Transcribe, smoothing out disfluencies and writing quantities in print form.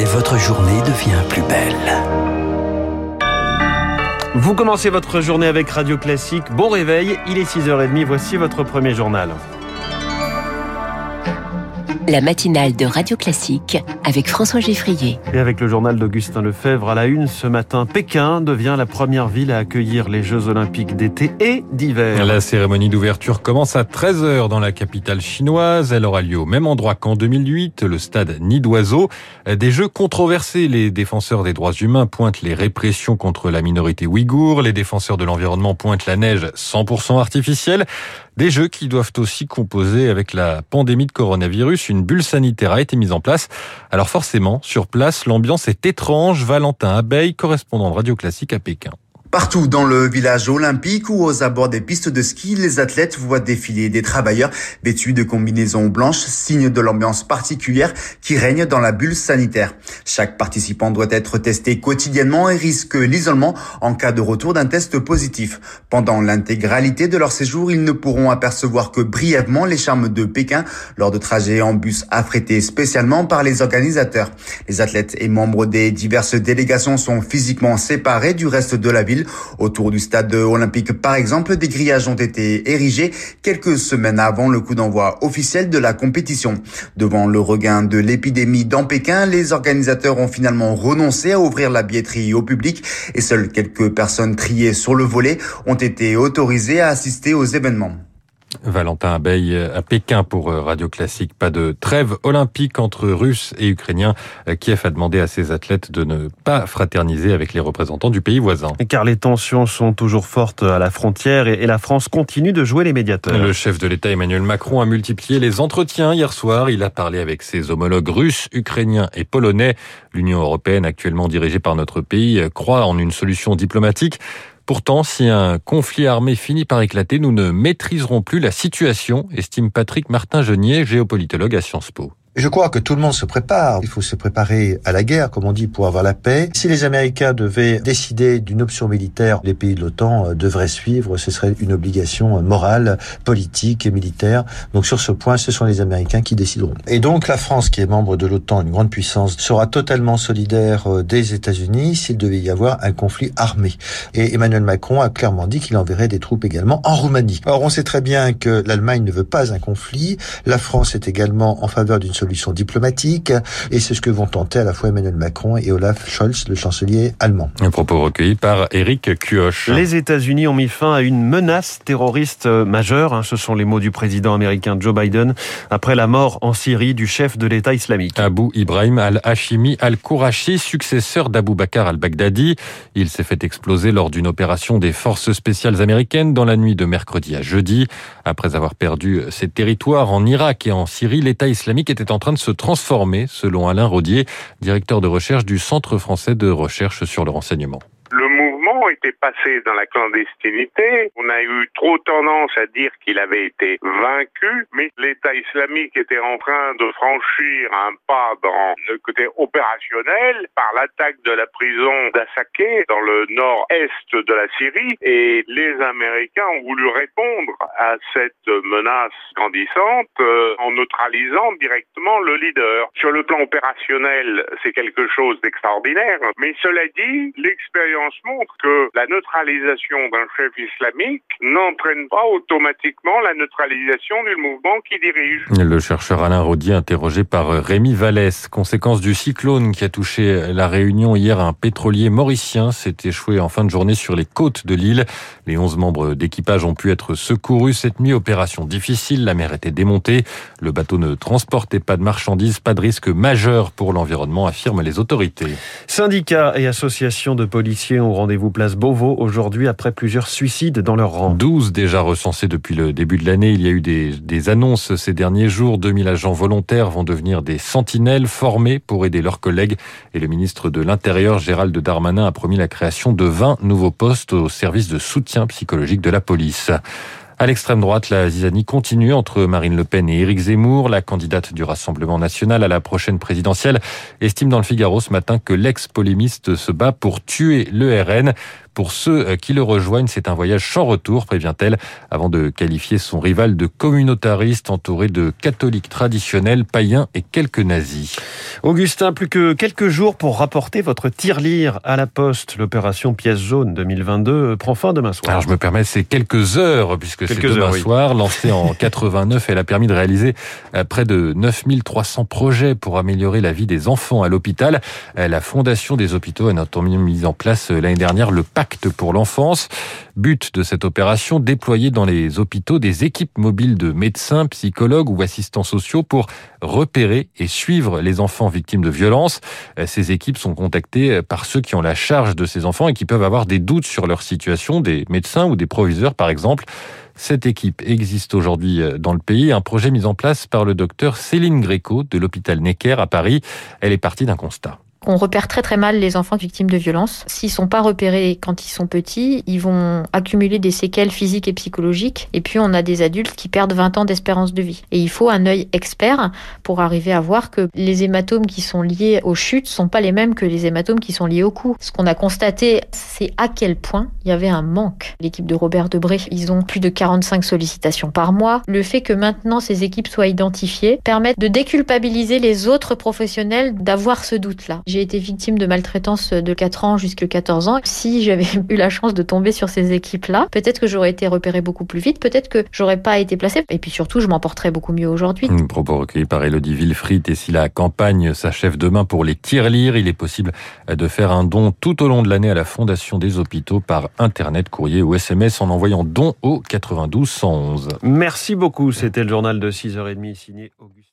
votre journée devient plus belle. Vous commencez votre journée avec Radio Classique. Bon réveil, il est 6h30, voici votre premier journal. La matinale de Radio Classique avec François Geffrier. Et avec le journal d'Augustin Lefebvre à la une ce matin, Pékin devient la première ville à accueillir les Jeux Olympiques d'été et d'hiver. La cérémonie d'ouverture commence à 13h dans la capitale chinoise. Elle aura lieu au même endroit qu'en 2008, le stade Nid d'Oiseau. Des Jeux controversés. Les défenseurs des droits humains pointent les répressions contre la minorité ouïghour. Les défenseurs de l'environnement pointent la neige 100% artificielle. Des Jeux qui doivent aussi composer avec la pandémie de coronavirus. Une bulle sanitaire a été mise en place. Alors forcément, sur place, l'ambiance est étrange. Valentin Abeille, correspondant de Radio Classique à Pékin. Partout dans le village olympique ou aux abords des pistes de ski, les athlètes voient défiler des travailleurs vêtus de combinaisons blanches, signe de l'ambiance particulière qui règne dans la bulle sanitaire. Chaque participant doit être testé quotidiennement et risque l'isolement en cas de retour d'un test positif. Pendant l'intégralité de leur séjour, ils ne pourront apercevoir que brièvement les charmes de Pékin lors de trajets en bus affrétés spécialement par les organisateurs. Les athlètes et membres des diverses délégations sont physiquement séparés du reste de la ville. Autour du stade olympique, par exemple, des grillages ont été érigés quelques semaines avant le coup d'envoi officiel de la compétition. Devant le regain de l'épidémie dans Pékin, les organisateurs ont finalement renoncé à ouvrir la billetterie au public et seules quelques personnes triées sur le volet ont été autorisées à assister aux événements. Valentin Abeille à Pékin pour Radio Classique. Pas de trêve olympique entre Russes et Ukrainiens. Kiev a demandé à ses athlètes de ne pas fraterniser avec les représentants du pays voisin. Car les tensions sont toujours fortes à la frontière et la France continue de jouer les médiateurs. Le chef de l'État Emmanuel Macron a multiplié les entretiens hier soir. Il a parlé avec ses homologues russes, ukrainiens et polonais. L'Union européenne, actuellement dirigée par notre pays, croit en une solution diplomatique. Pourtant, si un conflit armé finit par éclater, nous ne maîtriserons plus la situation, estime Patrick Martin-Genier, géopolitologue à Sciences Po. Je crois que tout le monde se prépare. Il faut se préparer à la guerre, comme on dit, pour avoir la paix. Si les Américains devaient décider d'une option militaire, les pays de l'OTAN devraient suivre. Ce serait une obligation morale, politique et militaire. Donc sur ce point, ce sont les Américains qui décideront. Et donc la France, qui est membre de l'OTAN, une grande puissance, sera totalement solidaire des États-Unis s'il devait y avoir un conflit armé. Et Emmanuel Macron a clairement dit qu'il enverrait des troupes également en Roumanie. Or, on sait très bien que l'Allemagne ne veut pas un conflit. La France est également en faveur d'une solution diplomatique, et c'est ce que vont tenter à la fois Emmanuel Macron et Olaf Scholz, le chancelier allemand. Un propos recueilli par Éric Kioch. Les États-Unis ont mis fin à une menace terroriste majeure, ce sont les mots du président américain Joe Biden, après la mort en Syrie du chef de l'État islamique. Abu Ibrahim al-Hashimi al-Kourachi, successeur d'Abou Bakr al-Baghdadi. Il s'est fait exploser lors d'une opération des forces spéciales américaines dans la nuit de mercredi à jeudi. Après avoir perdu ses territoires en Irak et en Syrie, l'État islamique était en train de se transformer, selon Alain Rodier, directeur de recherche du Centre français de recherche sur le renseignement. Le mouvement était passé dans la clandestinité. On a eu trop tendance à dire qu'il avait été vaincu, mais l'État islamique était en train de franchir un pas dans le côté opérationnel par l'attaque de la prison d'Assaké dans le nord-est de la Syrie. Et les Américains ont voulu répondre à cette menace grandissante en neutralisant directement le leader. Sur le plan opérationnel, c'est quelque chose d'extraordinaire. Mais cela dit, l'expérience montre que la neutralisation d'un chef islamique n'entraîne pas automatiquement la neutralisation du mouvement qui dirige. Le chercheur Alain Rodier, interrogé par Rémi Vallès. Conséquence du cyclone qui a touché la Réunion hier, un pétrolier mauricien s'est échoué en fin de journée sur les côtes de l'île. Les 11 membres d'équipage ont pu être secourus cette nuit. Opération difficile, la mer était démontée. Le bateau ne transportait pas de marchandises, pas de risque majeur pour l'environnement, affirment les autorités. Syndicats et associations de policiers ont rendez-vous place Beauvau aujourd'hui après plusieurs suicides dans leur rang. 12 déjà recensés depuis le début de l'année. Il y a eu des annonces ces derniers jours. 2000 agents volontaires vont devenir des sentinelles formés pour aider leurs collègues. Et le ministre de l'Intérieur, Gérald Darmanin, a promis la création de 20 nouveaux postes au service de soutien psychologique de la police. À l'extrême droite, la zizanie continue entre Marine Le Pen et Éric Zemmour. La candidate du Rassemblement national à la prochaine présidentielle estime dans le Figaro ce matin que l'ex-polémiste se bat pour tuer le RN. Pour ceux qui le rejoignent, c'est un voyage sans retour, prévient-elle, avant de qualifier son rival de communautariste entouré de catholiques traditionnels, païens et quelques nazis. Augustin, plus que quelques jours pour rapporter votre tirelire à la Poste. L'opération Pièce jaune 2022 prend fin demain soir. Alors je me permets, c'est quelques heures, puisque c'est demain soir. Lancée en 89, elle a permis de réaliser près de 9300 projets pour améliorer la vie des enfants à l'hôpital. La Fondation des hôpitaux a notamment mis en place l'année dernière le Pacte pour l'enfance. But de cette opération, déployer dans les hôpitaux des équipes mobiles de médecins, psychologues ou assistants sociaux pour repérer et suivre les enfants victimes de violences. Ces équipes sont contactées par ceux qui ont la charge de ces enfants et qui peuvent avoir des doutes sur leur situation, des médecins ou des proviseurs par exemple. Cette équipe existe aujourd'hui dans le pays, un projet mis en place par le docteur Céline Gréco de l'hôpital Necker à Paris. Elle est partie d'un constat. On repère très très mal les enfants victimes de violences. S'ils sont pas repérés quand ils sont petits, ils vont accumuler des séquelles physiques et psychologiques. Et puis on a des adultes qui perdent 20 ans d'espérance de vie. Et il faut un œil expert pour arriver à voir que les hématomes qui sont liés aux chutes sont pas les mêmes que les hématomes qui sont liés au coup. Ce qu'on a constaté, c'est à quel point il y avait un manque. L'équipe de Robert Debré, ils ont plus de 45 sollicitations par mois. Le fait que maintenant ces équipes soient identifiées permet de déculpabiliser les autres professionnels d'avoir ce doute-là. J'ai été victime de maltraitance de 4 ans jusqu'à 14 ans. Si j'avais eu la chance de tomber sur ces équipes-là, peut-être que j'aurais été repérée beaucoup plus vite, peut-être que j'aurais pas été placée. Et puis surtout, je m'en porterais beaucoup mieux aujourd'hui. Propos recueillis par Élodie Villefrit. Et si la campagne s'achève demain pour les tirelires, il est possible de faire un don tout au long de l'année à la Fondation des hôpitaux par Internet, courrier ou SMS en envoyant don au 92 111. Merci beaucoup. C'était le journal de 6h30 signé Augustin.